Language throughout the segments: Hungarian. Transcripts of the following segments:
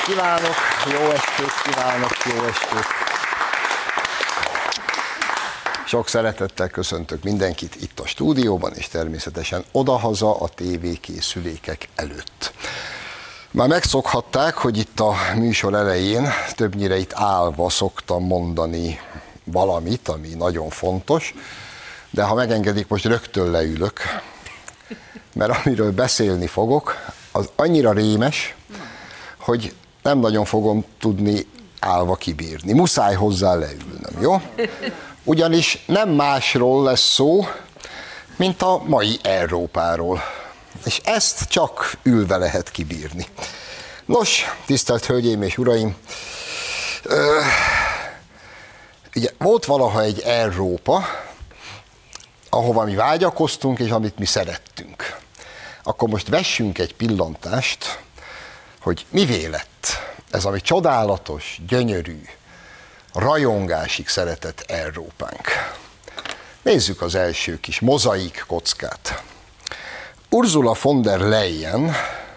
kívánok, jó estét kívánok, jó estét! Sok szeretettel köszöntök mindenkit itt a stúdióban, és természetesen odahaza a tévékészülékek előtt. Már megszokhatták, hogy itt a műsor elején többnyire itt állva szoktam mondani valamit, ami nagyon fontos, de ha megengedik, most rögtön leülök, mert amiről beszélni fogok, az annyira rémes, hogy nem nagyon fogom tudni állva kibírni. Muszáj hozzá leülnöm, jó? Ugyanis nem másról lesz szó, mint a mai Európáról. És ezt csak ülve lehet kibírni. Nos, tisztelt Hölgyeim és Uraim, ugye volt valaha egy Európa, ahova mi vágyakoztunk, és amit mi szerettünk. Akkor most vessünk egy pillantást, hogy mivé lett ez, ami csodálatos, gyönyörű, rajongásig szeretett Európánk. Nézzük az első kis mozaik kockát. Ursula von der Leyen,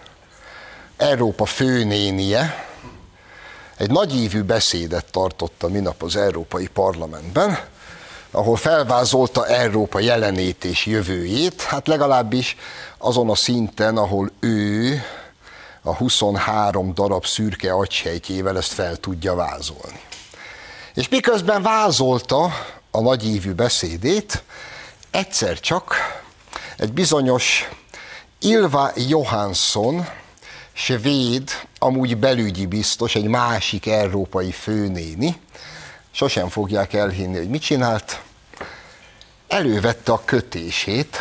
Európa főnénie, egy nagyívű beszédet tartott a minap az Európai Parlamentben, ahol felvázolta Európa jelenét és jövőjét, hát legalábbis azon a szinten, ahol ő a 23 darab szürke agysejtjével ezt fel tudja vázolni. És miközben vázolta a nagyívű beszédét, egyszer csak egy bizonyos Ylva Johansson, svéd, amúgy belügyi biztos, egy másik európai főnéni, sosem fogják elhinni, hogy mit csinált, elővette a kötését,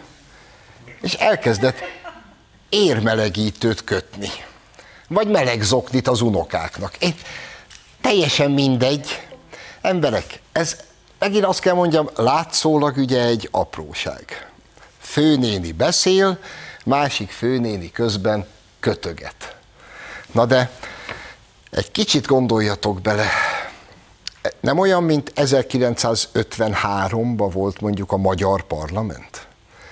és elkezdett érmelegítőt kötni, vagy melegzoknit az unokáknak. Teljesen mindegy. Emberek, ez megint azt kell mondjam, látszólag ugye egy apróság. Főnéni beszél, másik főnéni közben kötöget. Na de egy kicsit gondoljatok bele, nem olyan, mint 1953-ban volt mondjuk a magyar parlament?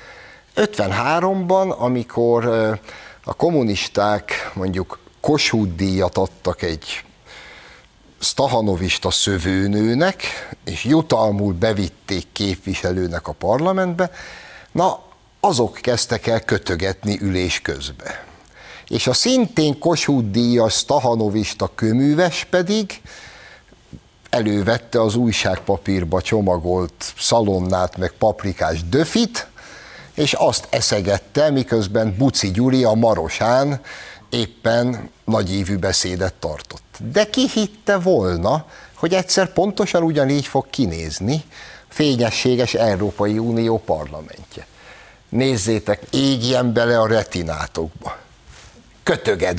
53-ban, amikor a kommunisták mondjuk Kossuth-díjat adtak egy stahanovista szövőnőnek, és jutalmul bevitték képviselőnek a parlamentbe, na azok kezdtek el kötögetni ülés közben. És a szintén Kossuth-díjas stahanovista köműves pedig elővette az újságpapírba csomagolt szalonnát meg paprikás döfit, és azt eszegette, miközben Buczy Gyuri a Marosán éppen nagyívű beszédet tartott. De ki hitte volna, hogy egyszer pontosan ugyanígy fog kinézni fényességes Európai Unió parlamentje. Nézzétek, égjen bele a retinátokba. Kötöget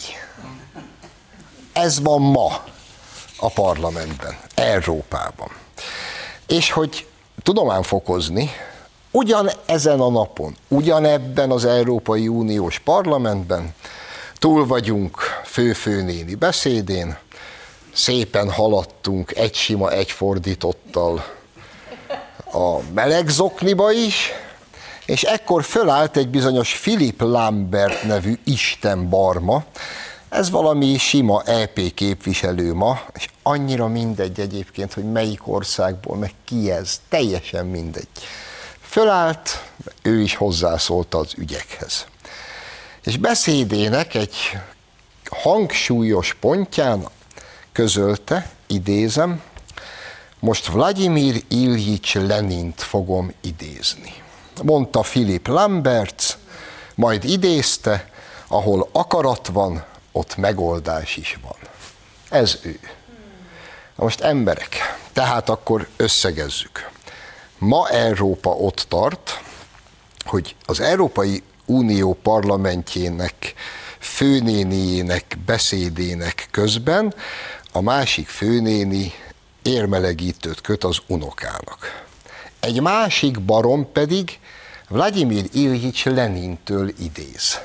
Ez van ma a parlamentben, Európában. És hogy tudom ám fokozni, ugyan ezen a napon, ugyanebben az Európai Uniós parlamentben túl vagyunk fő-főnéni beszédén, szépen haladtunk egy sima, egy fordítottal a melegzokniba is, és ekkor fölállt egy bizonyos Philip Lambert nevű istenbarma, ez valami sima EP képviselő ma, és annyira mindegy egyébként, hogy melyik országból, meg ki ez, teljesen mindegy. Fölállt, ő is hozzászólt az ügyekhez. És beszédének egy hangsúlyos pontján közölte, idézem, most Vladimir Iljics Lenint fogom idézni. Mondta Philip Lamberts, majd idézte, ahol akarat van, ott megoldás is van. Ez ő. Na most emberek, tehát akkor összegezzük. Ma Európa ott tart, hogy az Európai Unió parlamentjének, főnéniének beszédének közben a másik főnéni érmelegítőt köt az unokának. Egy másik barom pedig Vladimir Iljics Lenintől idéz.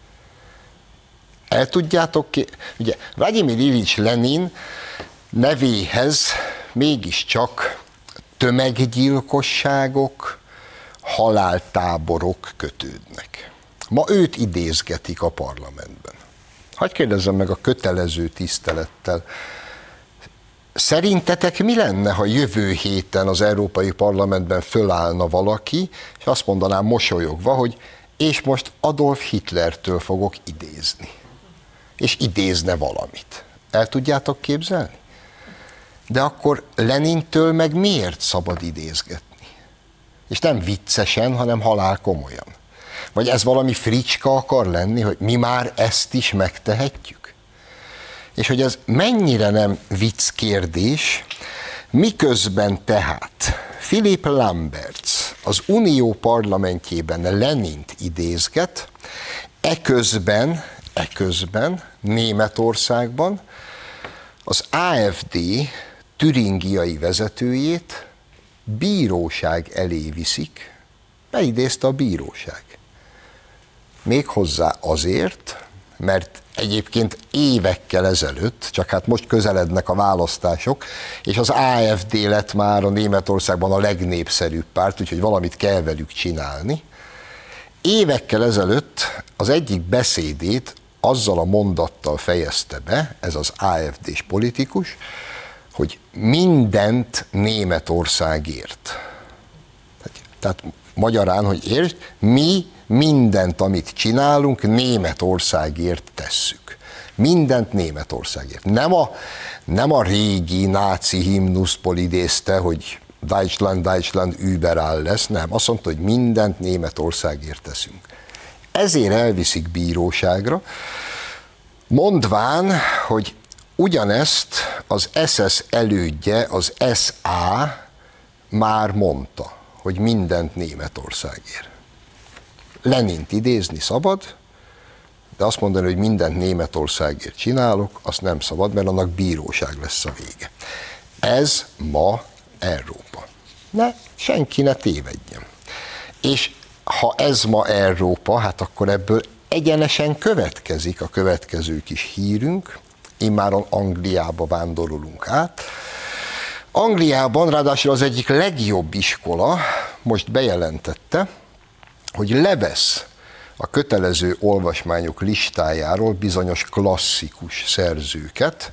El tudjátok ki? Ugye Vladimir Iljics Lenin nevéhez mégiscsak tömeggyilkosságok, haláltáborok kötődnek. Ma őt idézgetik a parlamentben. Hadd kérdezzem meg a kötelező tisztelettel. Szerintetek mi lenne, ha jövő héten az Európai Parlamentben fölállna valaki, és azt mondaná mosolyogva, hogy és most Adolf Hitlertől fogok idézni. És idézne valamit. El tudjátok képzelni? De akkor Lenintől meg miért szabad idézgetni? És nem viccesen, hanem halál komolyan. Vagy ez valami fricska akar lenni, hogy mi már ezt is megtehetjük? És hogy ez mennyire nem vicc kérdés, miközben tehát Philip Lamberts az Unió parlamentjében Lenint idézget, eközben Németországban az AfD türingiai vezetőjét bíróság elé viszik, beidézte a bíróság. Méghozzá azért, mert egyébként évekkel ezelőtt, csak hát most közelednek a választások, és az AfD lett már a Németországban a legnépszerűbb párt, úgyhogy valamit kell velük csinálni. Évekkel ezelőtt az egyik beszédét azzal a mondattal fejezte be, ez az AfD-s politikus, hogy mindent Németországért. Tehát magyarán, hogy értsd, mi mindent, amit csinálunk, Németországért tesszük. Mindent Németországért. Nem a régi náci himnuszból idézte, hogy Deutschland über alles, nem. Azt mondta, hogy mindent Németországért teszünk. Ezért elviszik bíróságra, mondván, hogy ugyanezt az SS elődje, az SA már mondta, hogy mindent Németországért. Lenint idézni szabad, de azt mondani, hogy mindent Németországért csinálok, azt nem szabad, mert annak bíróság lesz a vége. Ez ma Európa. Senki ne tévedjen. És ha ez ma Európa, hát akkor ebből egyenesen következik a következő kis hírünk, immáron Angliába vándorolunk át. Angliában ráadásul az egyik legjobb iskola most bejelentette, hogy levesz a kötelező olvasmányok listájáról bizonyos klasszikus szerzőket,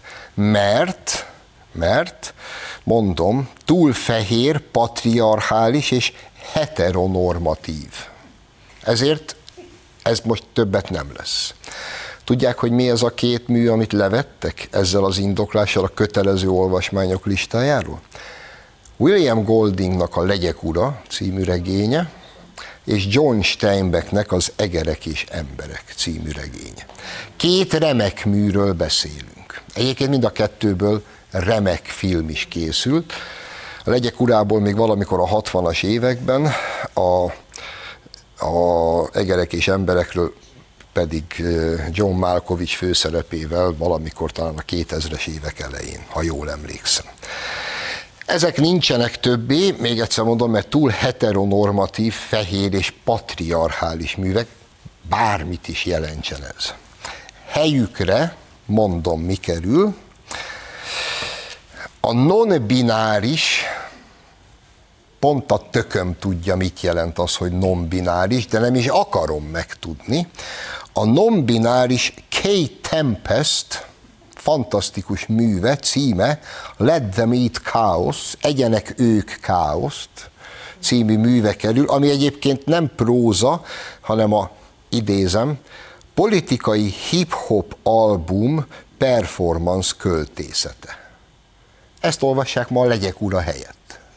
mert mondom, túl fehér, patriarchális és heteronormatív. Ezért ez most többet nem lesz. Tudják, hogy mi ez a két mű, amit levettek ezzel az indoklással a kötelező olvasmányok listájáról? William Goldingnak a Legyek ura című regénye, és John Steinbecknek az Egerek és emberek című regénye. Két remek műről beszélünk. Egyébként mind a kettőből remek film is készült. A Legyek urából még valamikor a 60-as években, a Egerek és emberekről pedig John Malkovich főszerepével valamikor talán a 2000-es évek elején, ha jól emlékszem. Ezek nincsenek többé, még egyszer mondom, mert túl heteronormatív, fehér és patriarchális művek, bármit is jelentsen ez. Helyükre, mondom, mi kerül, a non-bináris, pont a tököm tudja, mit jelent az, hogy non-bináris, de nem is akarom megtudni. A non-bináris Kate Tempest, fantasztikus műve, címe Let them eat chaos, egyenek ők káoszt című műve kerül, ami egyébként nem próza, hanem idézem, politikai hip-hop album performance költészete. Ezt olvassák ma a Legyek ura helyett.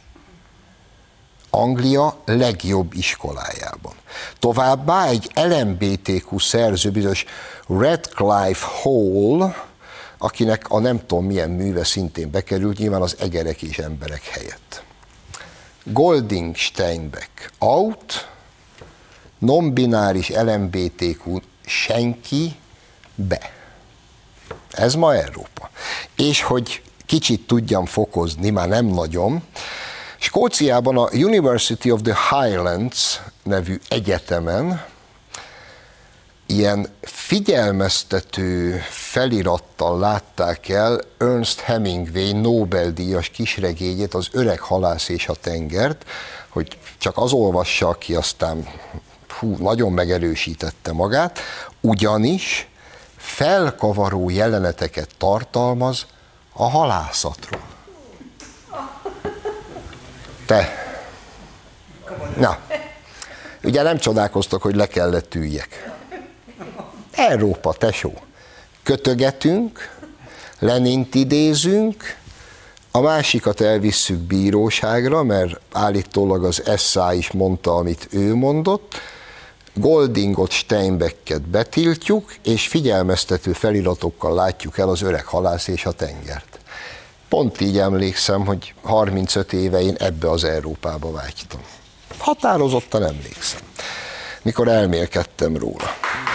Anglia legjobb iskolájában. Továbbá egy LMBTQ szerző, bizonyos Radcliffe Hall, akinek a nem tudom milyen műve szintén bekerült, nyilván az Egerek és emberek helyett. Golding, Steinbeck out, non-bináris LMBTQ senki be. Ez ma Európa. És hogy kicsit tudjam fokozni, már nem nagyon, Skóciában a University of the Highlands nevű egyetemen ilyen figyelmeztető felirattal látták el Ernest Hemingway Nobel-díjas kisregényét, Az öreg halász és a tengert, hogy csak az olvassa, aki aztán nagyon megerősítette magát, ugyanis felkavaró jeleneteket tartalmaz a halászatról. Te. Na, ugye nem csodálkoztak, hogy le kellett üljek. Európa, tesó. Kötögetünk, Lenint idézünk, a másikat elvisszük bíróságra, mert állítólag az SA is mondta, amit ő mondott, Goldingot, Steinbecket betiltjuk, és figyelmeztető feliratokkal látjuk el az öreg halász és a tengert. Pont így emlékszem, hogy 35 éve én ebbe az Európába vágytam. Határozottan emlékszem, mikor elmélkedtem róla.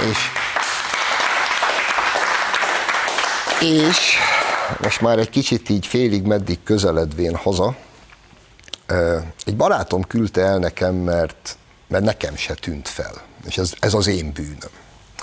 És most már egy kicsit így félig meddig közeledvén haza, egy barátom küldte el nekem, mert nekem se tűnt fel, és ez az én bűnöm.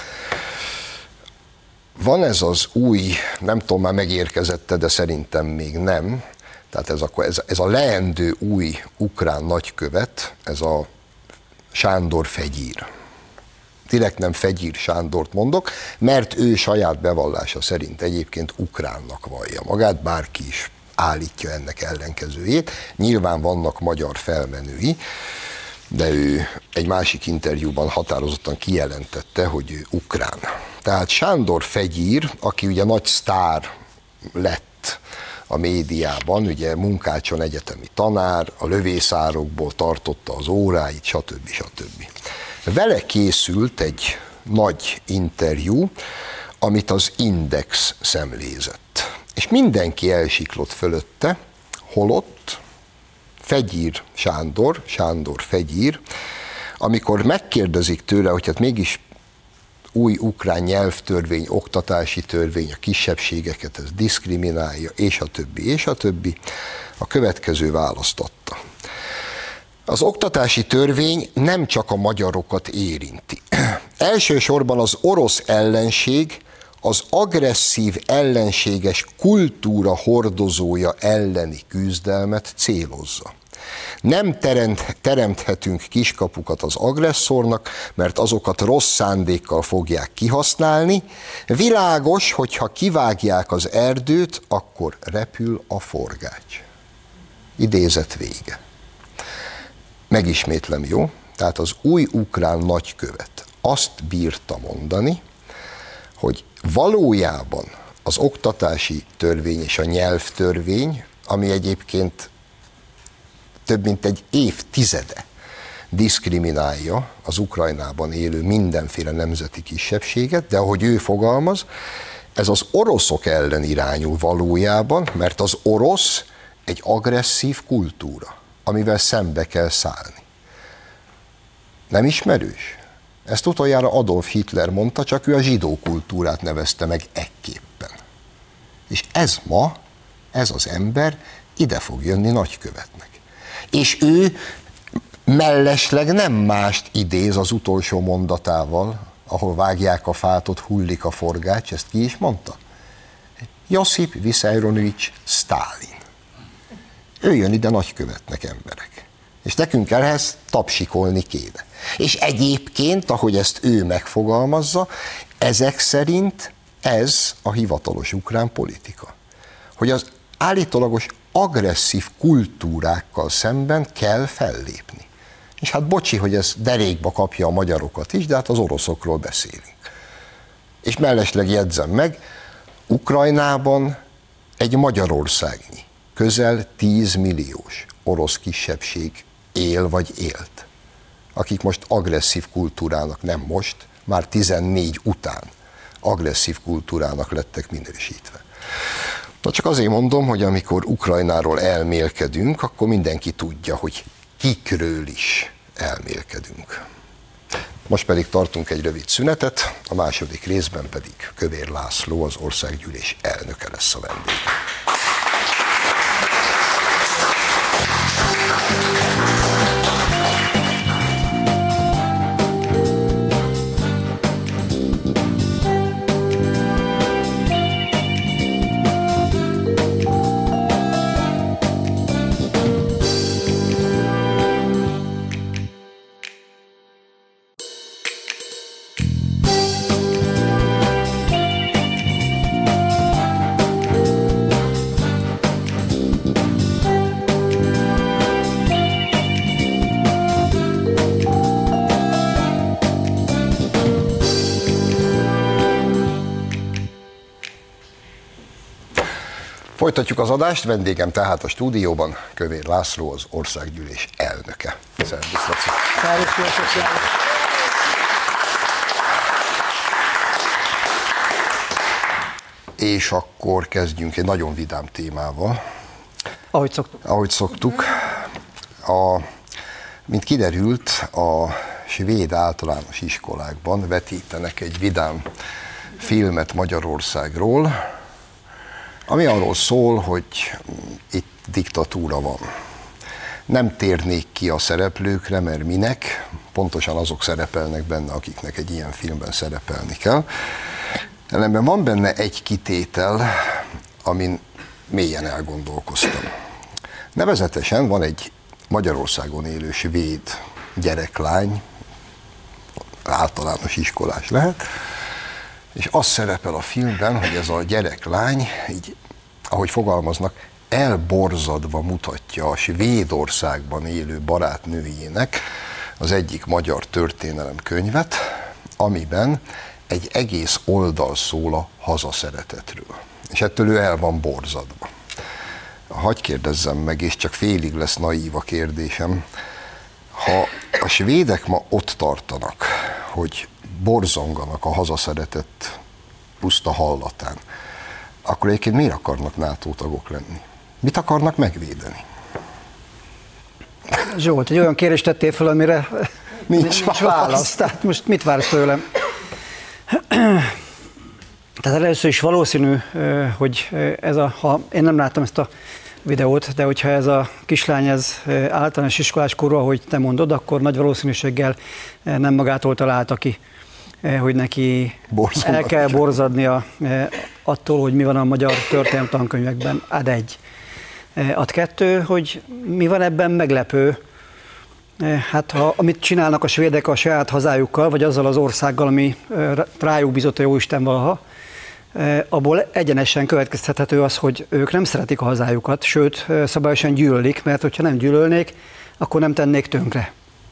Van ez az új, nem tudom, már megérkezette, de szerintem még nem, tehát ez a leendő új ukrán nagykövet, ez a Sándor Fegyír. Direkt nem Fegyír Sándort mondok, mert ő saját bevallása szerint egyébként ukránnak vallja magát, bárki is állítja ennek ellenkezőjét. Nyilván vannak magyar felmenői, de ő egy másik interjúban határozottan kijelentette, hogy ő ukrán. Tehát Sándor Fegyír, aki ugye nagy sztár lett a médiában, ugye Munkácson egyetemi tanár, a lövészárokból tartotta az óráit, stb. Vele készült egy nagy interjú, amit az Index szemlézett. És mindenki elsiklott fölötte, holott Fegyír Sándor Fegyír, amikor megkérdezik tőle, hogy hát mégis új ukrán nyelvtörvény, oktatási törvény, a kisebbségeket ez diszkriminálja, és a többi, a következő választ adta. Az oktatási törvény nem csak a magyarokat érinti. Elsősorban az orosz ellenség az agresszív, ellenséges kultúra hordozója elleni küzdelmet célozza. Nem teremthetünk kiskapukat az agresszornak, mert azokat rossz szándékkal fogják kihasználni. Világos, hogy ha kivágják az erdőt, akkor repül a forgács. Idézet vége. Megismétlem, jó? Tehát az új ukrán nagykövet azt bírta mondani, hogy valójában az oktatási törvény és a nyelvtörvény, ami egyébként több mint egy évtizede diszkriminálja az Ukrajnában élő mindenféle nemzeti kisebbséget, de ahogy ő fogalmaz, ez az oroszok ellen irányul valójában, mert az orosz egy agresszív kultúra, amivel szembe kell szállni. Nem ismerős? Ezt utoljára Adolf Hitler mondta, csak ő a zsidó kultúrát nevezte meg ekképpen. És ez ma, ez az ember ide fog jönni nagykövetnek. És ő mellesleg nem mást idéz az utolsó mondatával, ahol vágják a fátot, hullik a forgács, ezt ki is mondta? Josip Vissarionovics Sztálin. Ő jön ide nagykövetnek, emberek. És nekünk ehhez tapsikolni kéne. És egyébként, ahogy ezt ő megfogalmazza, ezek szerint ez a hivatalos ukrán politika. Hogy az állítólagos agresszív kultúrákkal szemben kell fellépni. És hát bocsi, hogy ez derékba kapja a magyarokat is, de hát az oroszokról beszélünk. És mellesleg jegyzem meg, Ukrajnában egy Magyarországnyi, közel 10 milliós orosz kisebbség él vagy élt, akik most agresszív kultúrának, nem most, már 14 után agresszív kultúrának lettek minősítve. Na csak azért mondom, hogy amikor Ukrajnáról elmélkedünk, akkor mindenki tudja, hogy kikről is elmélkedünk. Most pedig tartunk egy rövid szünetet, a második részben pedig Kövér László, az országgyűlés elnöke lesz a vendég. Folytatjuk az adást, vendégem tehát a stúdióban Kövér László, az országgyűlés elnöke. Szervusz, Laci! És akkor kezdjünk egy nagyon vidám témával. Ahogy szoktuk. Mint kiderült, a svéd általános iskolákban vetítenek egy vidám filmet Magyarországról, ami arról szól, hogy itt diktatúra van. Nem térnék ki a szereplőkre, mert minek, pontosan azok szerepelnek benne, akiknek egy ilyen filmben szerepelni kell. Ellenben van benne egy kitétel, amin mélyen elgondolkoztam. Nevezetesen van egy Magyarországon élő svéd gyereklány, általános iskolás lehet, és az szerepel a filmben, hogy ez a gyereklány, így, ahogy fogalmaznak, elborzadva mutatja a Svédországban élő barátnőjének az egyik magyar történelemkönyvet, amiben egy egész oldal szól a hazaszeretetről. És ettől ő el van borzadva. Hadd kérdezzem meg, és csak félig lesz naív a kérdésem, ha a svédek ma ott tartanak, hogy borzonganak a hazaszeretet puszta hallatán, akkor egyébként miért akarnak NATO tagok lenni? Mit akarnak megvédeni? Zsolt, egy olyan kérdést tettél fel, amire nincs válasz. Tehát most mit vársz tőlem? Tehát először is valószínű, hogy ha én nem láttam ezt a videót, de hogyha ez a kislány általános iskolás korú, ahogy te mondod, akkor nagy valószínűséggel nem magától találta ki, hogy neki el kell borzadnia attól, hogy mi van a magyar történelem tankönyvekben. Ad egy. Ad kettő, hogy mi van ebben meglepő. Hát amit csinálnak a svédek a saját hazájukkal, vagy azzal az országgal, ami rájuk bizott a jóisten valaha, abból egyenesen következtethető az, hogy ők nem szeretik a hazájukat, sőt, szabályosan gyűlölik, mert hogyha nem gyűlölnék, akkor nem tennék tönkre.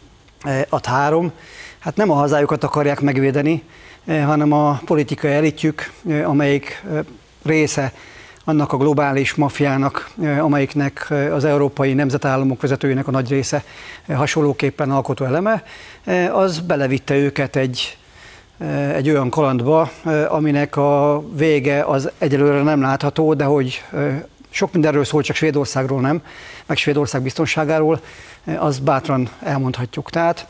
Ad három, hát nem a hazájukat akarják megvédeni, hanem a politikai elitjük, amelyik része annak a globális mafiának, amelyiknek az európai nemzetállamok vezetőinek a nagy része hasonlóképpen alkotó eleme, az belevitte őket egy olyan kalandba, aminek a vége az egyelőre nem látható, de hogy sok mindenről szól, csak Svédországról nem, meg Svédország biztonságáról, azt bátran elmondhatjuk. Tehát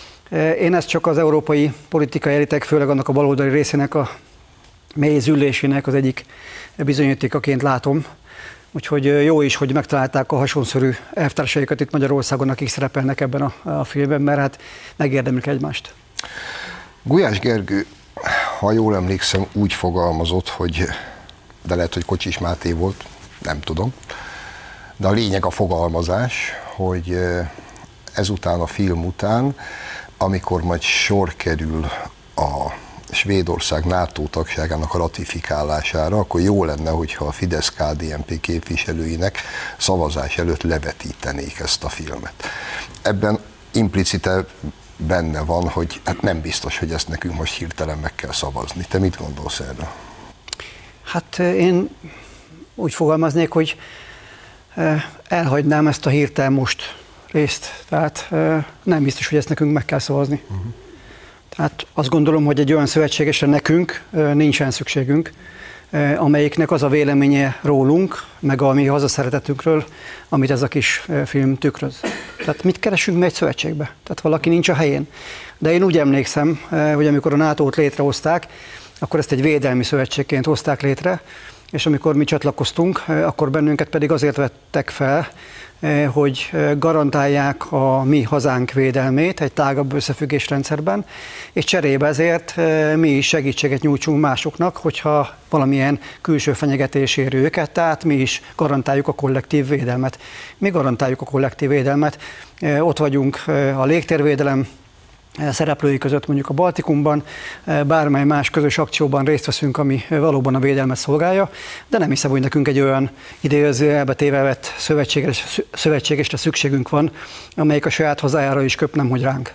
én ezt csak az európai politikai elitek, főleg annak a baloldali részének a mély züllésének az egyik bizonyítékaként látom. Úgyhogy jó is, hogy megtalálták a hasonszörű elvtársaikat itt Magyarországon, akik szerepelnek ebben a filmben, mert hát megérdemlik egymást. Gulyás Gergő, ha jól emlékszem, úgy fogalmazott, hogy, de lehet, hogy Kocsis Máté volt, nem tudom, de a lényeg a fogalmazás, hogy ezután a film után, amikor majd sor kerül a Svédország NATO tagságának a ratifikálására, akkor jó lenne, hogyha a Fidesz-KDNP képviselőinek szavazás előtt levetítenék ezt a filmet. Ebben implicite benne van, hogy hát nem biztos, hogy ezt nekünk most hirtelen meg kell szavazni. Te mit gondolsz erről? Hát én úgy fogalmaznék, hogy elhagynám ezt a hirtelen most részt. Tehát nem biztos, hogy ezt nekünk meg kell szavazni. Tehát azt gondolom, hogy egy olyan szövetségesre nekünk nincsen szükségünk, amelyiknek az a véleménye rólunk, meg a mi hazaszeretetünkről, amit ez a kis film tükröz. Tehát mit keresünk mi egy szövetségbe? Tehát valaki nincs a helyén. De én úgy emlékszem, hogy amikor a NATO-t létrehozták, akkor ezt egy védelmi szövetségként hozták létre, és amikor mi csatlakoztunk, akkor bennünket pedig azért vettek fel, hogy garantálják a mi hazánk védelmét egy tágabb összefüggésrendszerben, és cserébe ezért mi is segítséget nyújtsunk másoknak, hogyha valamilyen külső fenyegetés éri őket, tehát mi is garantáljuk a kollektív védelmet. Mi garantáljuk a kollektív védelmet, ott vagyunk a légtérvédelem szereplői között mondjuk a Baltikumban, bármely más közös akcióban részt veszünk, ami valóban a védelmet szolgálja, de nem hiszem, hogy nekünk egy olyan idézőjelbe téve vett szövetségesre szükségünk van, amelyik a saját hazájára is köp, nem hogy ránk.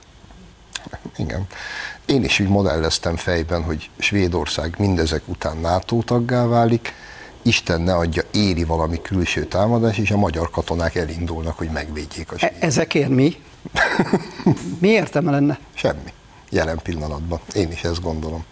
Igen. Én is úgy modelleztem fejben, hogy Svédország mindezek után NATO taggá válik, Isten ne adja, éri valami külső támadás, és a magyar katonák elindulnak, hogy megvédjék a sírt. Ezekért mi? Mi értelme lenne? Semmi. Jelen pillanatban. Én is ezt gondolom.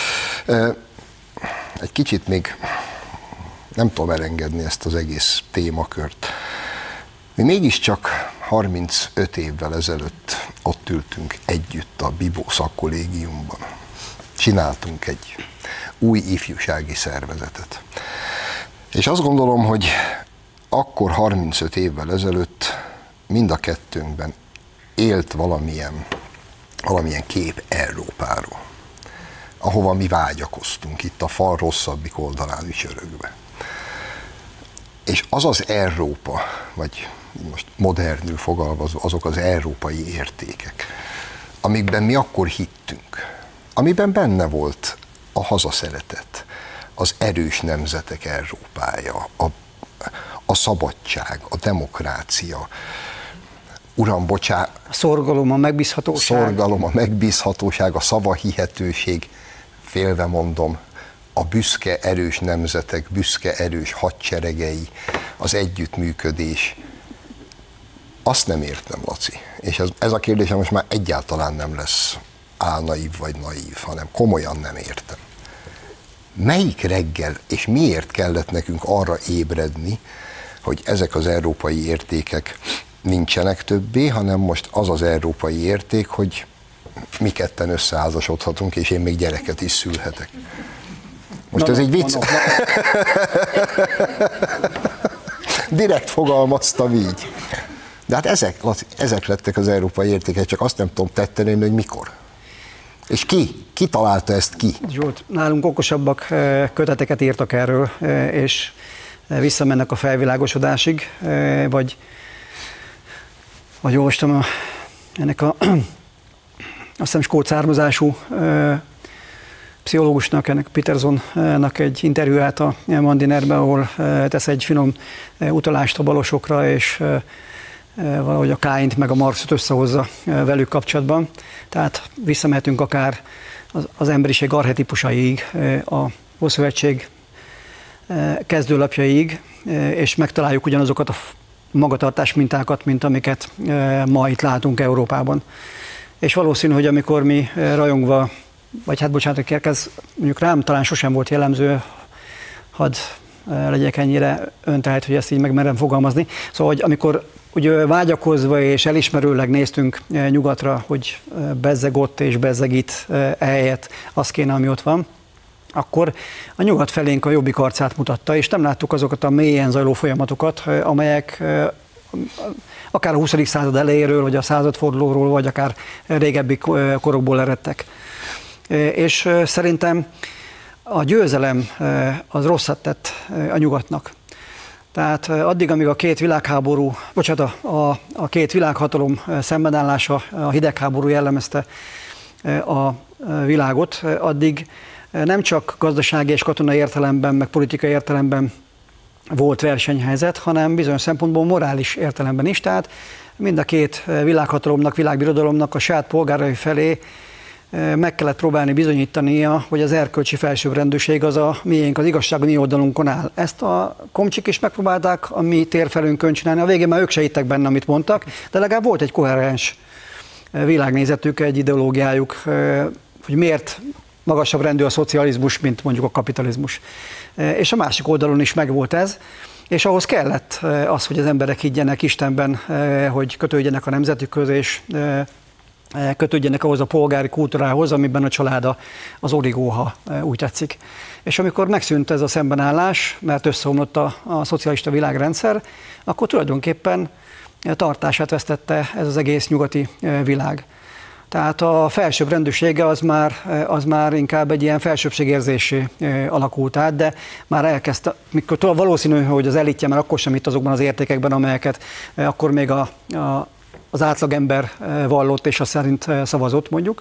Egy kicsit még nem tudom elengedni ezt az egész témakört. Mi mégiscsak 35 évvel ezelőtt ott ültünk együtt a Bibó szakkollégiumban. Csináltunk egy új ifjúsági szervezetet. És azt gondolom, hogy akkor 35 évvel ezelőtt mind a kettőnkben élt valamilyen kép Európáról, ahova mi vágyakoztunk, itt a fal rosszabbik oldalán ücsörögve. És az az Európa, vagy most modernül fogalmazva, azok az európai értékek, amikben mi akkor hittünk, amiben benne volt a hazaszeretet, az erős nemzetek Európája, a szabadság, a demokrácia, uram, bocsánat. A szorgalom, a megbízhatóság. Szorgalom, a megbízhatóság, a szavahihetőség, félve mondom, a büszke erős nemzetek, büszke erős hadseregei, az együttműködés. Azt nem értem, Laci. És ez a kérdésem most már egyáltalán nem lesz álnaív vagy naív, hanem komolyan nem értem. Melyik reggel és miért kellett nekünk arra ébredni, hogy ezek az európai értékek nincsenek többé, hanem most az az európai érték, hogy mi ketten összeházasodhatunk, és én még gyereket is szülhetek. Most ez egy vicc. Direkt fogalmaztam így. De hát ezek lettek az európai értékek, csak azt nem tudom tetten én, hogy mikor. És ki találta ezt ki? Zsolt, nálunk okosabbak köteteket írtak erről, és visszamennek a felvilágosodásig, vagy olvastam ennek azt hiszem skót származású pszichológusnak, ennek Petersonnak egy interjúját a Mandinerben, ahol tesz egy finom utalást a balosokra, és valahogy a Káint meg a Marxot összehozza velük kapcsolatban. Tehát visszamehetünk akár az emberiség archetipusaiig, a Ószövetség kezdőlapjaiig, és megtaláljuk ugyanazokat a magatartás mintákat, mint amiket ma itt látunk Európában. És valószínű, hogy amikor mi rajongva, vagy hát bocsánat, ez mondjuk rám talán sosem volt jellemző, hadd legyek ennyire öntehet, hogy ezt így megmerem fogalmazni. Szóval, hogy amikor úgy vágyakozva és elismerőleg néztünk nyugatra, hogy bezzeg ott és bezzeg itt ehelyett az kéne, ami ott van, akkor a nyugat felénk a jobbik arcát mutatta, és nem láttuk azokat a mélyen zajló folyamatokat, amelyek akár a 20. század elejéről, vagy a századfordulóról, vagy akár régebbi korokból eredtek. És szerintem a győzelem az rosszat tett a nyugatnak. Tehát addig, amíg a két világháború, a két világhatalom szembenállása, a hidegháború jellemezte a világot, addig nem csak gazdasági és katonai értelemben, meg politikai értelemben volt versenyhelyzet, hanem bizonyos szempontból morális értelemben is. Tehát mind a két világhatalomnak, világbirodalomnak a saját polgárai felé meg kellett próbálni bizonyítania, hogy az erkölcsi felsőbbrendűség az a miénk, az igazság a mi oldalunkon áll. Ezt a komcsik is megpróbálták a mi térfelünkön csinálni. A végén már ők se hittek benne, amit mondtak, de legalább volt egy koherens világnézetük, egy ideológiájuk, hogy miért magasabb rendű a szocializmus, mint mondjuk a kapitalizmus. És a másik oldalon is megvolt ez, és ahhoz kellett az, hogy az emberek higgyenek Istenben, hogy kötődjenek a nemzetükhöz, és kötődjenek ahhoz a polgári kultúrához, amiben a család az origó, ha úgy tetszik. És amikor megszűnt ez a szembenállás, mert összeomlott a szocialista világrendszer, akkor tulajdonképpen tartását vesztette ez az egész nyugati világ. Tehát a felsőbb rendőrsége az már inkább egy ilyen felsőbbségérzésé alakult át, de már elkezdte, mikor valószínű, hogy az elitje már akkor sem itt azokban az értékekben, amelyeket akkor még az átlagember vallott és azt szerint szavazott mondjuk.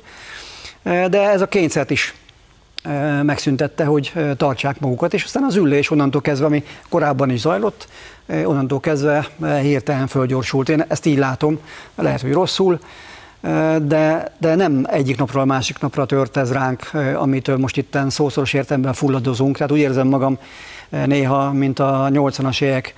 De ez a kényszert is megszüntette, hogy tartsák magukat, és aztán az ülés onnantól kezdve, ami korábban is zajlott, onnantól kezdve hirtelen fölgyorsult. Én ezt így látom, lehet, hogy rosszul, de nem egyik napról a másik napra tört ez ránk, amitől most itten szószoros értelemben fulladozunk. Tehát úgy érzem magam néha, mint a 80-as évek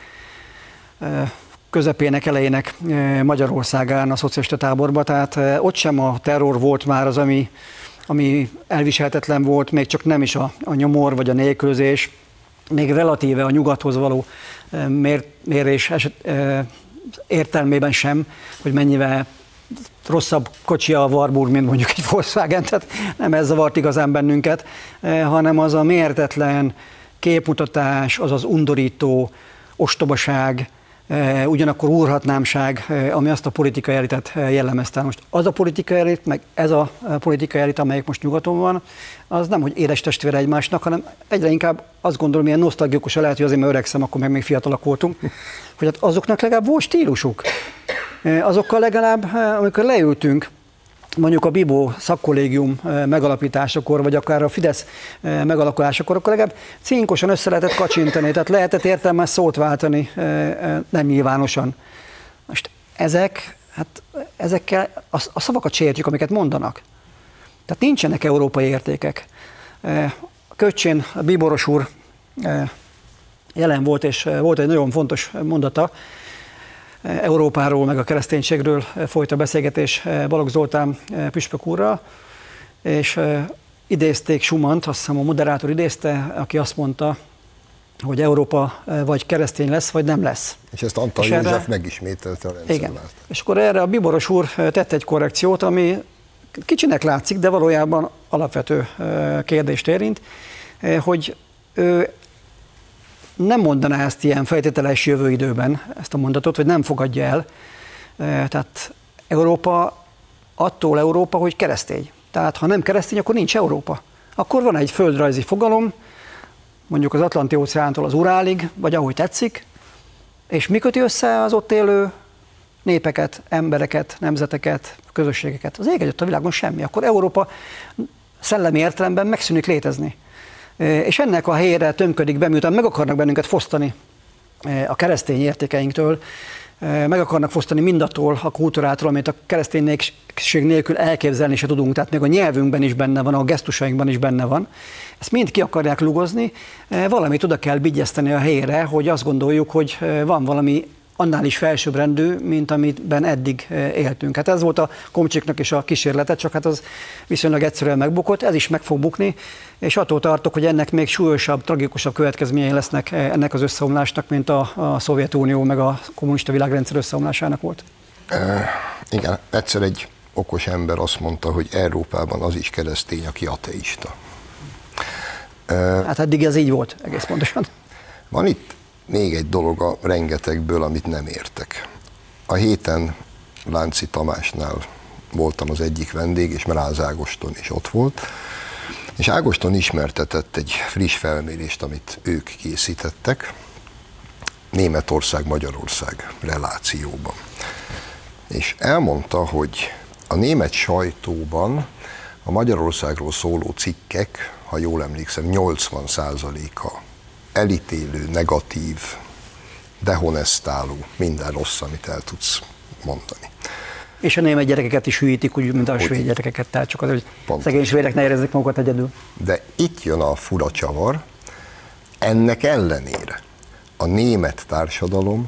közepének, elejének Magyarországán, a szocialista táborban. Tehát ott sem a terror volt már az, ami elviselhetetlen volt, még csak nem is a nyomor vagy a nélkülözés, még relatíve a nyugathoz való mérés értelmében sem, hogy mennyivel rosszabb kocsi a Warburg, mint mondjuk egy Volkswagen, tehát nem ez zavart igazán bennünket, hanem az a mérhetetlen képmutatás, az az undorító ostobaság, ugyanakkor úrhatnámság, ami azt a politikai elitet jellemezte. Most az a politikai elit, meg ez a politikai elit, amelyik most nyugaton van, az nem, hogy édes testvére egymásnak, hanem egyre inkább azt gondolom, ilyen nosztalgikus lehet, hogy azért, mert öregszem, akkor meg még fiatalak voltunk, hogy hát azoknak legalább volt stílusuk. Azokkal legalább, amikor leültünk, mondjuk a Bibó szakkollégium megalapításakor, vagy akár a Fidesz megalakulásakor, akkor legalább cinkosan össze lehetett kacsintani, tehát lehetett értelmes szót váltani, nem nyilvánosan. Most ezekkel a szavakat sértjük, amiket mondanak. Tehát nincsenek európai értékek. A Köcsén a Bíboros úr jelen volt, és volt egy nagyon fontos mondata, Európáról, meg a kereszténységről folyt a beszélgetés Balogh Zoltán püspök úrral, és idézték Schumannt, azt hiszem a moderátor idézte, aki azt mondta, hogy Európa vagy keresztény lesz, vagy nem lesz. És ezt Antal József megismételte a rendszerváltást. Igen. És akkor erre a Bíboros úr tett egy korrekciót, ami kicsinek látszik, de valójában alapvető kérdést érint, hogy ő nem mondaná ezt ilyen feltételes jövő időben, ezt a mondatot, vagy nem fogadja el. Tehát Európa, attól Európa, hogy keresztény. Tehát ha nem keresztény, akkor nincs Európa. Akkor van egy földrajzi fogalom, mondjuk az Atlanti-óceántól az Urálig, vagy ahogy tetszik, és mi köti össze az ott élő népeket, embereket, nemzeteket, közösségeket? Az ég egyet a világon semmi. Akkor Európa szellemi értelemben megszűnik létezni. És ennek a helyére tömködik be, miután meg akarnak bennünket fosztani a keresztény értékeinktől, meg akarnak fosztani mindattól a kultúrától, amit a kereszténység nélkül elképzelni se tudunk, tehát még a nyelvünkben is benne van, a gesztusainkban is benne van. Ezt mind ki akarják lugozni, valamit oda kell vigyeszteni a helyére, hogy azt gondoljuk, hogy van valami annál is felsőbbrendű, mint amiben eddig éltünk. Hát ez volt a Komcsiknak is a kísérlete, csak hát az viszonylag egyszerűen megbukott, ez is meg fog bukni, és attól tartok, hogy ennek még súlyosabb, tragikusabb következményei lesznek ennek az összeomlásnak, mint a Szovjetunió meg a kommunista világrendszer összeomlásának volt. Igen, egyszer egy okos ember azt mondta, hogy Európában az is keresztény, aki ateista. Hát eddig ez így volt, egész pontosan. Van itt még egy dolog a rengetegből, amit nem értek. A héten Lánci Tamásnál voltam az egyik vendég, és Mráz Ágoston is ott volt, és Ágoston ismertetett egy friss felmérést, amit ők készítettek, Németország-Magyarország relációban. És elmondta, hogy a német sajtóban a Magyarországról szóló cikkek, ha jól emlékszem, 80%-a elítélő, negatív, dehonestáló, minden rossz, amit el tudsz mondani. És a német gyerekeket is hülyítik, úgy, mint a svéd gyerekeket, tehát csak az, hogy szegény svédek ne érezzék magukat egyedül. De itt jön a fura csavar, ennek ellenére a német társadalom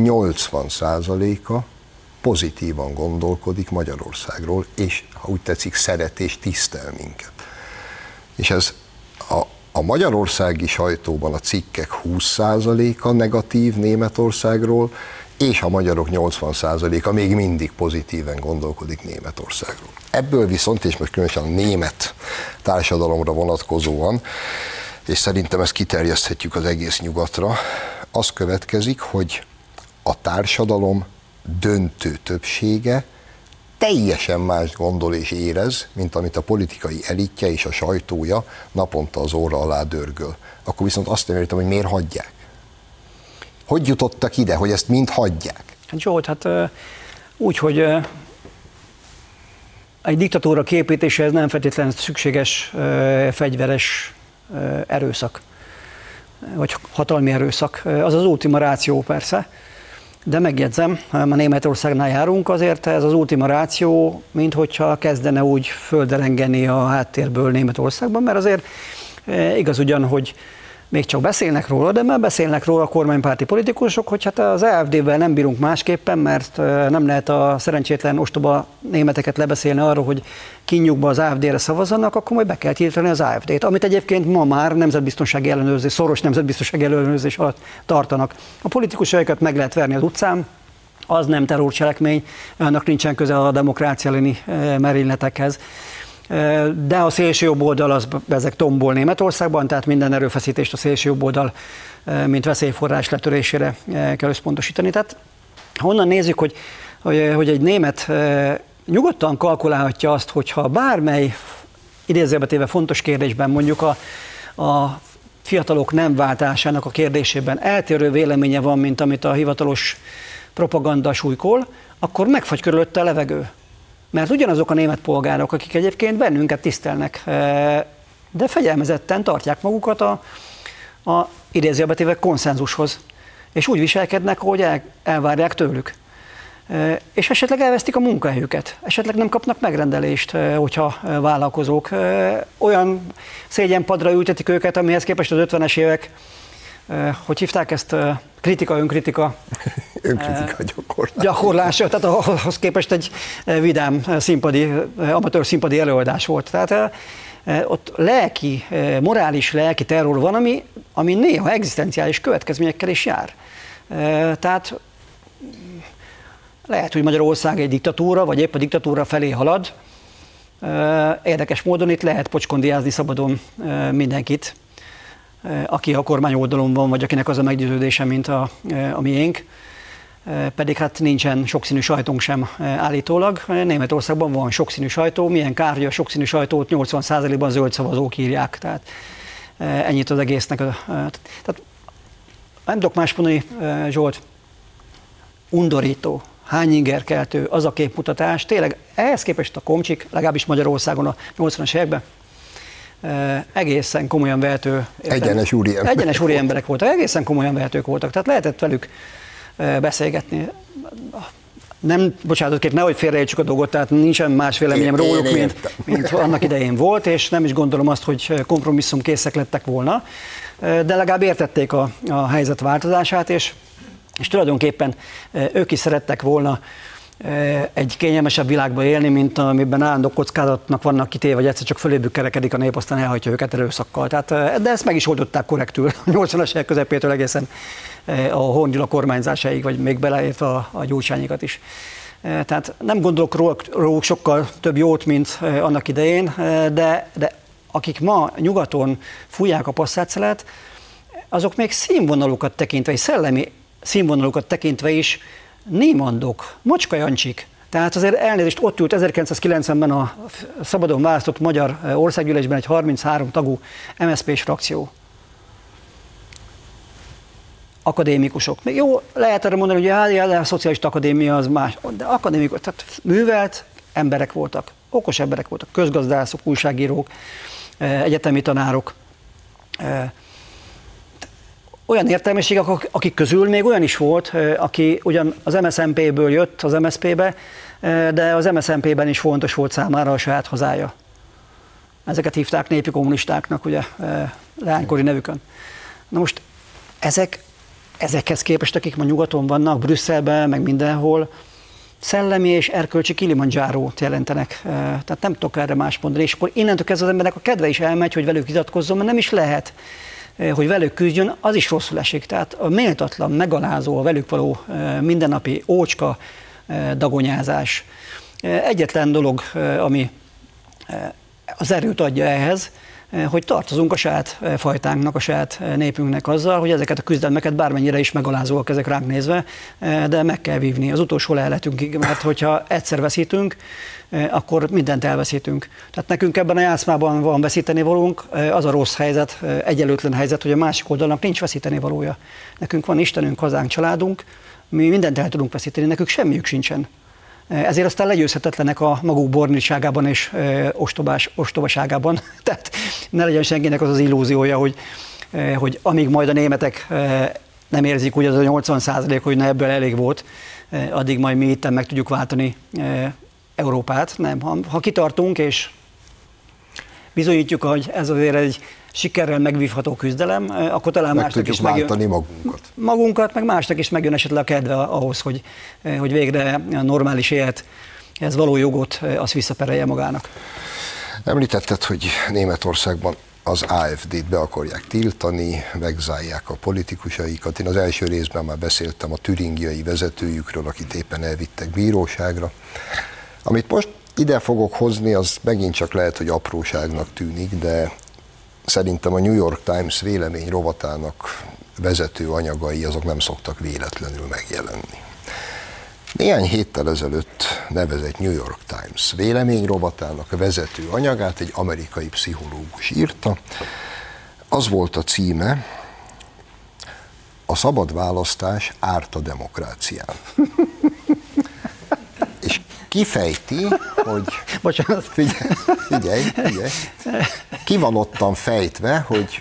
80%-a pozitívan gondolkodik Magyarországról, és ha úgy tetszik, szeret és tisztel minket. És ez a magyarországi sajtóban a cikkek 20%-a negatív Németországról, és a magyarok 80%-a még mindig pozitíven gondolkodik Németországról. Ebből viszont, és most különösen a német társadalomra vonatkozóan, és szerintem ezt kiterjeszthetjük az egész nyugatra, az következik, hogy a társadalom döntő többsége teljesen más gondol és érez, mint amit a politikai elitje és a sajtója naponta az óra alá dörgöl. Akkor viszont azt nem értem, hogy miért hagyják. Hogy jutottak ide, hogy ezt mind hagyják? Hát Zsolt, hát úgy, hogy egy diktatúra kiépítéséhez nem feltétlenül szükséges fegyveres erőszak, vagy hatalmi erőszak. Az az ultima ratio persze, De megjegyzem, ha Németországnál járunk, azért ez az ultima ratio, minthogyha kezdene úgy földerengeni a háttérből Németországban, mert azért igaz ugyan, hogy még csak beszélnek róla, de már beszélnek róla a kormánypárti politikusok, hogy hát az AfD-vel nem bírunk másképpen, mert nem lehet a szerencsétlen ostoba németeket lebeszélni arról, hogy kínjukba az AfD-re szavazzanak, akkor majd be kell tiltani az AfD-t, amit egyébként ma már nemzetbiztonsági ellenőrzés, szoros nemzetbiztonsági ellenőrzés alatt tartanak. A politikusaikat meg lehet verni az utcán, az nem terrorcselekmény, annak nincsen köze a demokrácia elleni merényletekhez. De a szélsőjobb oldal az ezek tombol Németországban, tehát minden erőfeszítést a szélsőjobb oldal, mint veszélyforrás letörésére kell összpontosítani. Tehát ha onnan nézzük, hogy egy német nyugodtan kalkulálhatja azt, hogyha bármely idézőjelbe téve fontos kérdésben, mondjuk a fiatalok nem váltásának a kérdésében eltérő véleménye van, mint amit a hivatalos propaganda súlykol, akkor megfagy körülötte a levegő. Mert ugyanazok a német polgárok, akik egyébként bennünket tisztelnek, de fegyelmezetten tartják magukat a idézőjelbe téve konszenzushoz, és úgy viselkednek, hogy elvárják tőlük. És esetleg elvesztik a munkahelyüket, esetleg nem kapnak megrendelést, hogyha vállalkozók. Olyan szégyenpadra ültetik őket, amihez képest az 50-es évek, hogy hívták ezt, kritika, önkritika. Önkritika gyakorlása, tehát ahhoz képest egy vidám amatőr színpadi előadás volt. Tehát ott morális lelki terror van, ami néha egzisztenciális következményekkel is jár. Tehát lehet, hogy Magyarország egy diktatúra, vagy épp a diktatúra felé halad. Érdekes módon itt lehet pocskondiázni szabadon mindenkit, aki a kormány oldalon van, vagy akinek az a meggyőződése, mint a miénk. Pedig hát nincsen sokszínű sajtónk sem állítólag. Németországban van sokszínű sajtó. Milyen kár, hogy a sokszínű sajtót 80%-ban zöld szavazók írják. Tehát ennyit az egésznek. Tehát nem tudok más mondani, Zsolt, undorító, hányingerkeltő az a képmutatás. Tényleg ehhez képest a komcsik, legalábbis Magyarországon a 80-as években, egészen komolyan vehető. Egyenes úri emberek voltak, egészen komolyan vehetők voltak, tehát lehetett velük beszélgetni. Nem, bocsánat, nehogy félreértsük a dolgot, tehát nincsen más véleményem róluk, mint annak idején volt, és nem is gondolom azt, hogy kompromisszumkészek lettek volna, de legalább értették a helyzet változását, és tulajdonképpen ők is szerettek volna egy kényelmesebb világban élni, mint amiben állandó kockázatnak vannak kitéve, vagy egyszer csak fölébük kerekedik a nép, aztán elhagyja őket erőszakkal. Tehát, de ezt meg is oldották korrektül, a 80-as évek közepétől egészen a Horn Gyula kormányzásáig, vagy még beleértve a Gyurcsányikat is. Tehát nem gondolok róluk sokkal több jót, mint annak idején, de akik ma nyugaton fújják a passzát, azok még színvonalukat tekintve, és szellemi színvonalukat tekintve is Niemandok, Mocska Jancsik. Tehát azért elnézést, ott ült 1990-ben a szabadon választott Magyar Országgyűlésben egy 33 tagú MSZP-s frakció. Akadémikusok. Még jó, lehet erre mondani, hogy a szocialista akadémia az más, de akadémikusok, tehát művelt emberek voltak, okos emberek voltak, közgazdászok, újságírók, egyetemi tanárok, olyan értelmiségek, akik közül még olyan is volt, aki ugyan az MSZNP-ből jött az MSZP-be, de az MSZNP-ben is fontos volt számára a saját hazája. Ezeket hívták népi kommunistáknak, ugye, leánykori nevükön. Na most ezekhez képest, akik ma nyugaton vannak, Brüsszelben, meg mindenhol, szellemi és erkölcsi Kilimanjárót jelentenek. Tehát nem tudok erre más mondani. És akkor innentől kezdve az embernek a kedve is elmegy, hogy velük vitatkozzon, mert nem is lehet, hogy velük küzdjön, az is rosszul esik. Tehát a méltatlan, megalázó, a velük való mindennapi ócska dagonyázás. Egyetlen dolog, ami az erőt adja ehhez, hogy tartozunk a saját fajtánknak, a saját népünknek azzal, hogy ezeket a küzdelmeket bármennyire is megalázóak ezek ránk nézve, de meg kell vívni az utolsó leheletünkig, mert hogyha egyszer veszítünk, akkor mindent elveszítünk. Tehát nekünk ebben a játszmában van veszíteni valónk, az a rossz helyzet, egyenlőtlen helyzet, hogy a másik oldalnak nincs veszíteni valója. Nekünk van Istenünk, hazánk, családunk, mi mindent el tudunk veszíteni, nekünk semmiük sincsen. Ezért aztán legyőzhetetlenek a maguk bornilságában és ostobaságában. Tehát ne legyen senkinek az az illúziója, hogy amíg majd a németek nem érzik úgy az a 80%, hogy ebből elég volt, addig majd mi itten meg tudjuk váltani Európát. Nem, ha kitartunk és bizonyítjuk, hogy ez azért egy sikerrel megvívható küzdelem, akkor talán meg másnak is váltani magunkat, meg másnak is megjön esetleg a kedve ahhoz, hogy végre a normális élethez való jogot azt visszaperelje magának. Említetted, hogy Németországban az AfD-t be akarják tiltani, megzálják a politikusaikat. Én az első részben már beszéltem a türingiai vezetőjükről, akit éppen elvittek bíróságra. Amit most ide fogok hozni, az megint csak lehet, hogy apróságnak tűnik, de szerintem a New York Times vélemény rovatának vezető anyagai azok nem szoktak véletlenül megjelenni. Néhány héttel ezelőtt nevezett New York Times vélemény rovatának vezető anyagát egy amerikai pszichológus írta. Az volt a címe: a szabad választás árt a demokrácián. És kifejti, hogy... Bocsánat. Figyelj. Ki van ottan fejtve, hogy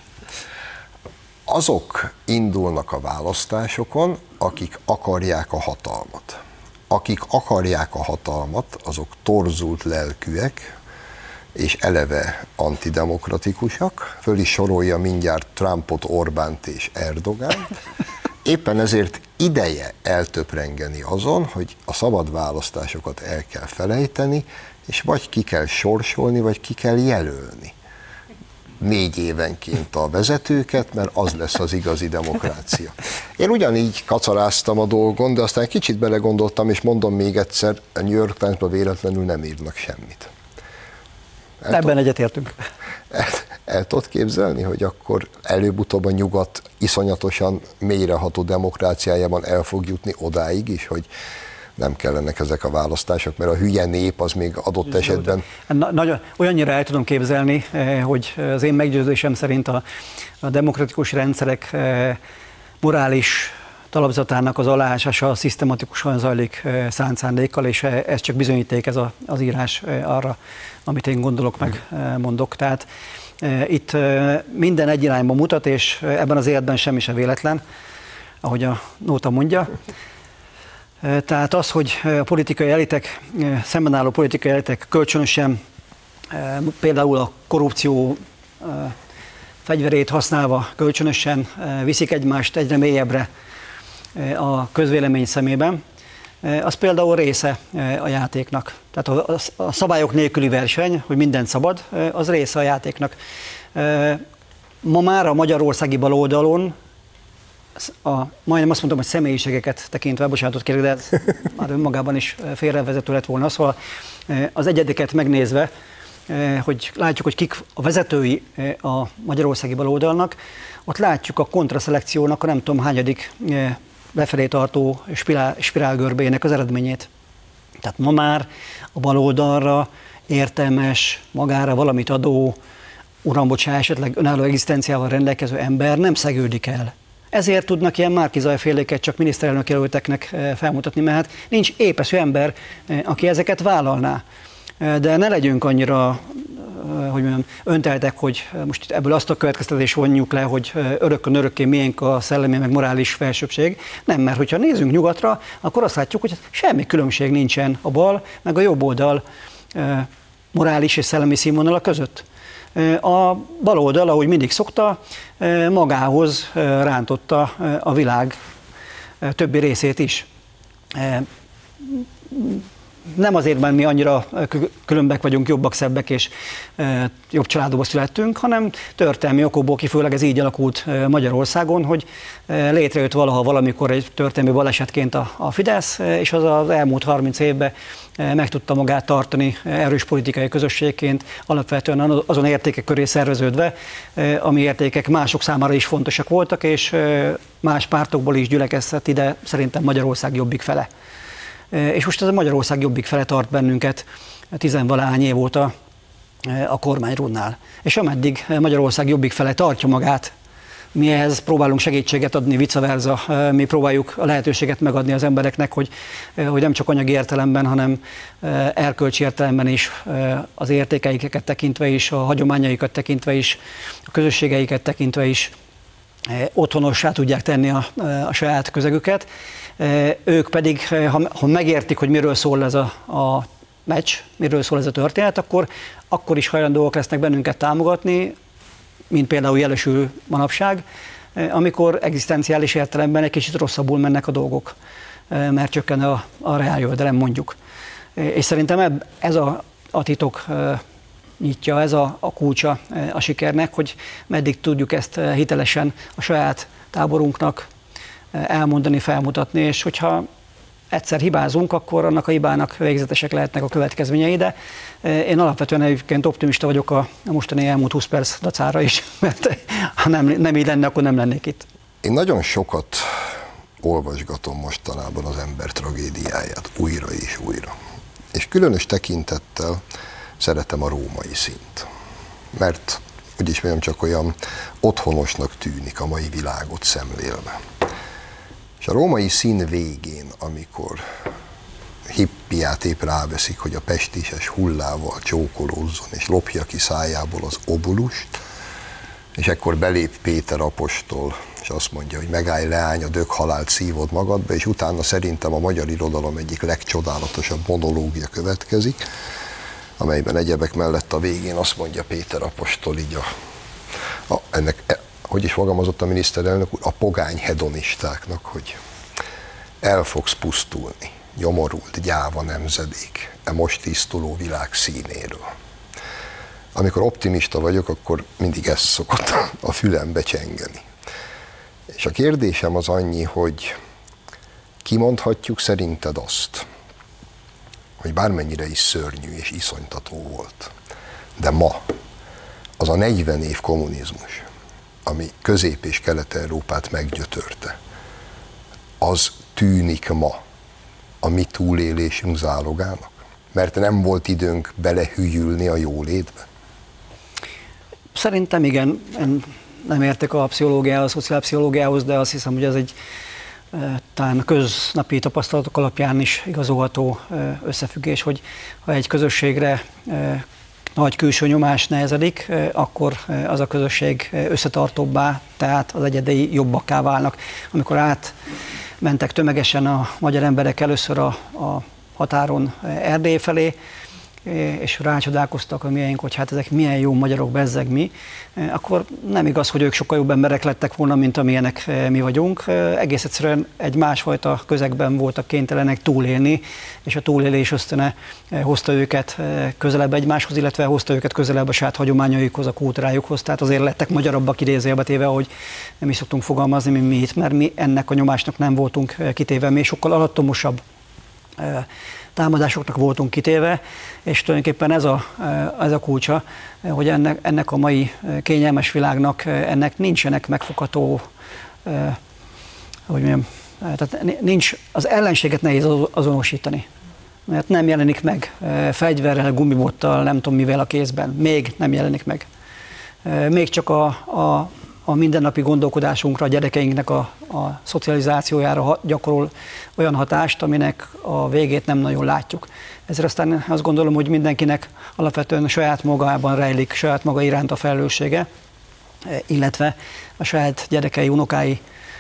azok indulnak a választásokon, akik akarják a hatalmat. Akik akarják a hatalmat, azok torzult lelkűek, és eleve antidemokratikusak. Föl is sorolja mindjárt Trumpot, Orbánt és Erdogánt. Éppen ezért ideje eltöprengeni azon, hogy a szabad választásokat el kell felejteni, és vagy ki kell sorsolni, vagy ki kell jelölni 4 évenként a vezetőket, mert az lesz az igazi demokrácia. Én ugyanígy kacaráztam a dolgon, de aztán kicsit belegondoltam, és mondom még egyszer, a New York Times-ban véletlenül nem írnak semmit. Ebben egyetértünk. El tudod képzelni, hogy akkor előbb-utóbb a nyugat iszonyatosan mélyreható demokráciájában el fog jutni odáig is, hogy nem kellenek ezek a választások, mert a hülye nép az még adott esetben... Olyannyira el tudom képzelni, hogy az én meggyőződésem szerint a demokratikus rendszerek morális talapzatának az aláásása szisztematikusan zajlik szánt szándékkal, és ez csak bizonyíték, ez az írás arra, amit én gondolok, meg mondok. Tehát itt minden egy irányba mutat, és ebben az életben semmi sem véletlen, ahogy a nóta mondja. Tehát az, hogy a politikai elitek, szemben álló politikai elitek kölcsönösen például a korrupció fegyverét használva kölcsönösen viszik egymást egyre mélyebbre a közvélemény szemében, az például része a játéknak. Tehát a szabályok nélküli verseny, hogy minden szabad, az része a játéknak. Ma már a magyarországi baloldalon majdnem azt mondtam, hogy személyiségeket tekintve, bocsánatot kérek, de ez már önmagában is félrevezető lett volna. Szóval az egyediket megnézve, hogy látjuk, hogy kik a vezetői a magyarországi baloldalnak, ott látjuk a kontraszelekciónak a nem tudom hányadik befelé tartó spirálgörbének az eredményét. Tehát ma már a baloldalra értelmes, magára valamit adó, uram, bocsánat, esetleg önálló egzisztenciával rendelkező ember nem szegődik el. Ezért tudnak ilyen Márki-Zay-féléket csak miniszterelnök jelölteknek felmutatni, mert hát nincs épeszű ember, aki ezeket vállalná. De ne legyünk annyira, hogy mondjam, önteltek, hogy most ebből azt a következtetést vonjuk le, hogy örökkön örökké miénk a szellemi meg morális felsőbbség. Nem, mert hogyha nézzünk nyugatra, akkor azt látjuk, hogy semmi különbség nincsen a bal meg a jobb oldal morális és szellemi színvonala között. A baloldal, ahogy mindig szokta, magához rántotta a világ többi részét is. Nem azért, mert mi annyira különbek vagyunk, jobbak, szebbek és jobb családokba születtünk, hanem történelmi okokból kifolyólag ez így alakult Magyarországon, hogy létrejött valaha valamikor egy történelmi balesetként a Fidesz, és az elmúlt 30 évben meg tudta magát tartani erős politikai közösségként, alapvetően azon értékek köré szerveződve, ami értékek mások számára is fontosak voltak, és más pártokból is gyülekezett ide szerintem Magyarország jobbik fele. És most ez a Magyarország jobbik fele tart bennünket 10-valahány év óta a kormányrúdnál. És ameddig Magyarország jobbik fele tartja magát, mi ehhez próbálunk segítséget adni, vice versa, mi próbáljuk a lehetőséget megadni az embereknek, hogy nem csak anyagi értelemben, hanem erkölcsi értelemben is, az értékeiket tekintve is, a hagyományaikat tekintve is, a közösségeiket tekintve is otthonossá tudják tenni a saját közegüket. Ők pedig, ha megértik, hogy miről szól ez a meccs, miről szól ez a történet, akkor is hajlandóak lesznek bennünket támogatni, mint például jelesül manapság, amikor egzisztenciális értelemben egy kicsit rosszabbul mennek a dolgok, mert csökken a reáljövedelem mondjuk. És szerintem ez a titok nyitja, ez a kulcsa a sikernek, hogy meddig tudjuk ezt hitelesen a saját táborunknak elmondani, felmutatni, és hogyha egyszer hibázunk, akkor annak a hibának végzetesek lehetnek a következményei, de én alapvetően egyébként optimista vagyok a mostani elmúlt 20 perc dacára is, mert ha nem így lenne, akkor nem lennék itt. Én nagyon sokat olvasgatom mostanában az ember tragédiáját, újra és újra. És különös tekintettel szeretem a római színt. Mert, úgyis mondjam, csak olyan otthonosnak tűnik a mai világot szemlélve. És a római szín végén, amikor Hippiát épp ráveszik, hogy a pestises hullával csókolózzon, és lopja ki szájából az obolust, és ekkor belép Péter apostol, és azt mondja, hogy megállj, leány, a döghalált szívod magadba, és utána szerintem a magyar irodalom egyik legcsodálatosabb monológia következik, amelyben egyebek mellett a végén azt mondja Péter apostol így hogy is fogalmazott a miniszterelnök úr, a pogány hedonistáknak, hogy el fogsz pusztulni, nyomorult, gyáva nemzedék, most tisztuló világ színéről. Amikor optimista vagyok, akkor mindig ez szokott a fülembe csengeni. És a kérdésem az annyi, hogy kimondhatjuk szerinted azt, hogy bármennyire is szörnyű és iszonytató volt, de ma az a 40 év kommunizmus, ami Közép- és Kelet-Európát meggyötörte, az tűnik ma a mi túlélésünk zálogának? Mert nem volt időnk belehűlni a jólétbe? Szerintem igen, én nem értek a pszichológiához, a szociálpszichológiához, de azt hiszem, hogy ez egy talán köznapi tapasztalatok alapján is igazolható összefüggés, hogy ha egy közösségre nagy külső nyomás nehezedik, akkor az a közösség összetartóbbá, tehát az egyedei jobbakká válnak. Amikor átmentek tömegesen a magyar emberek először a határon Erdély felé, és rácsodálkoztak a miénk, hogy hát ezek milyen jó magyarok, bezzeg mi, akkor nem igaz, hogy ők sokkal jobb emberek lettek volna, mint amilyenek mi vagyunk. Egész egyszerűen egy másfajta közegben voltak kénytelenek túlélni, és a túlélés ösztöne hozta őket közelebb egymáshoz, illetve hozta őket közelebb a saját hagyományaikhoz, a kultúrájukhoz. Tehát azért lettek magyarabbak idézőjelbe téve, ahogy mi szoktunk fogalmazni, mint mi itt, mert mi ennek a nyomásnak nem voltunk kitéve, mi sokkal alattomosabb támadásoknak voltunk kitéve, és tulajdonképpen ez a kulcsa, hogy ennek a mai kényelmes világnak ennek nincsenek megfogható, hogy mondjam, tehát nincs, az ellenséget nehéz azonosítani, mert nem jelenik meg fegyverrel, gumibottal, nem tudom mivel a kézben, még nem jelenik meg. Még csak a mindennapi gondolkodásunkra, a gyerekeinknek a szocializációjára gyakorol olyan hatást, aminek a végét nem nagyon látjuk. Ezért aztán azt gondolom, hogy mindenkinek alapvetően saját magában rejlik, saját maga iránt a felelőssége, illetve a saját gyerekei, unokái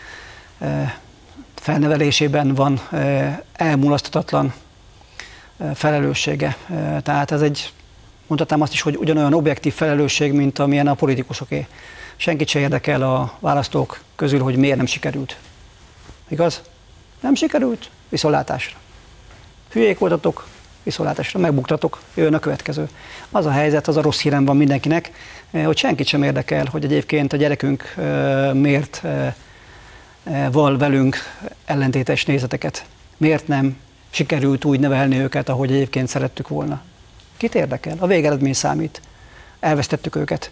felnevelésében van elmulaszthatatlan felelőssége. Tehát ez mondhatnám azt is, hogy ugyanolyan objektív felelősség, mint amilyen a politikusoké. Senkit se érdekel a választók közül, hogy miért nem sikerült. Igaz? Nem sikerült? Viszontlátásra. Hülyék voltatok? Viszontlátásra. Megbuktatok? Jön a következő. Az a helyzet, az a rossz hírem van mindenkinek, hogy senkit sem érdekel, hogy egyébként a gyerekünk miért val velünk ellentétes nézeteket. Miért nem sikerült úgy nevelni őket, ahogy egyébként szerettük volna. Kit érdekel? A végeredmény számít. Elvesztettük őket.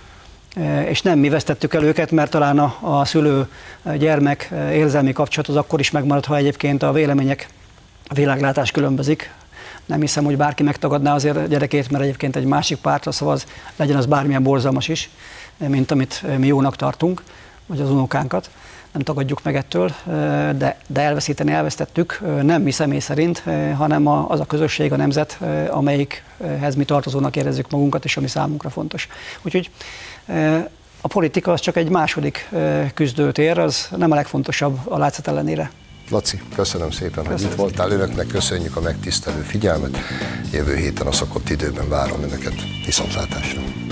És nem mi vesztettük el őket, mert talán a szülő-gyermek érzelmi kapcsolat az akkor is megmarad, ha egyébként a vélemények, a világlátás különbözik. Nem hiszem, hogy bárki megtagadná azért a gyerekét, mert egyébként egy másik pártra szavaz, legyen az bármilyen borzalmas is, mint amit mi jónak tartunk, vagy az unokánkat. Nem tagadjuk meg ettől, de elvesztettük, nem mi személy szerint, hanem az a közösség, a nemzet, amelyikhez mi tartozónak érezzük magunkat, és ami számunkra fontos. Úgyhogy a politika az csak egy második küzdőtér, az nem a legfontosabb a látszat ellenére. Laci, köszönöm szépen, hogy itt voltál. Önöknek köszönjük a megtisztelő figyelmet. Jövő héten a szokott időben várom Önöket. Viszontlátásra!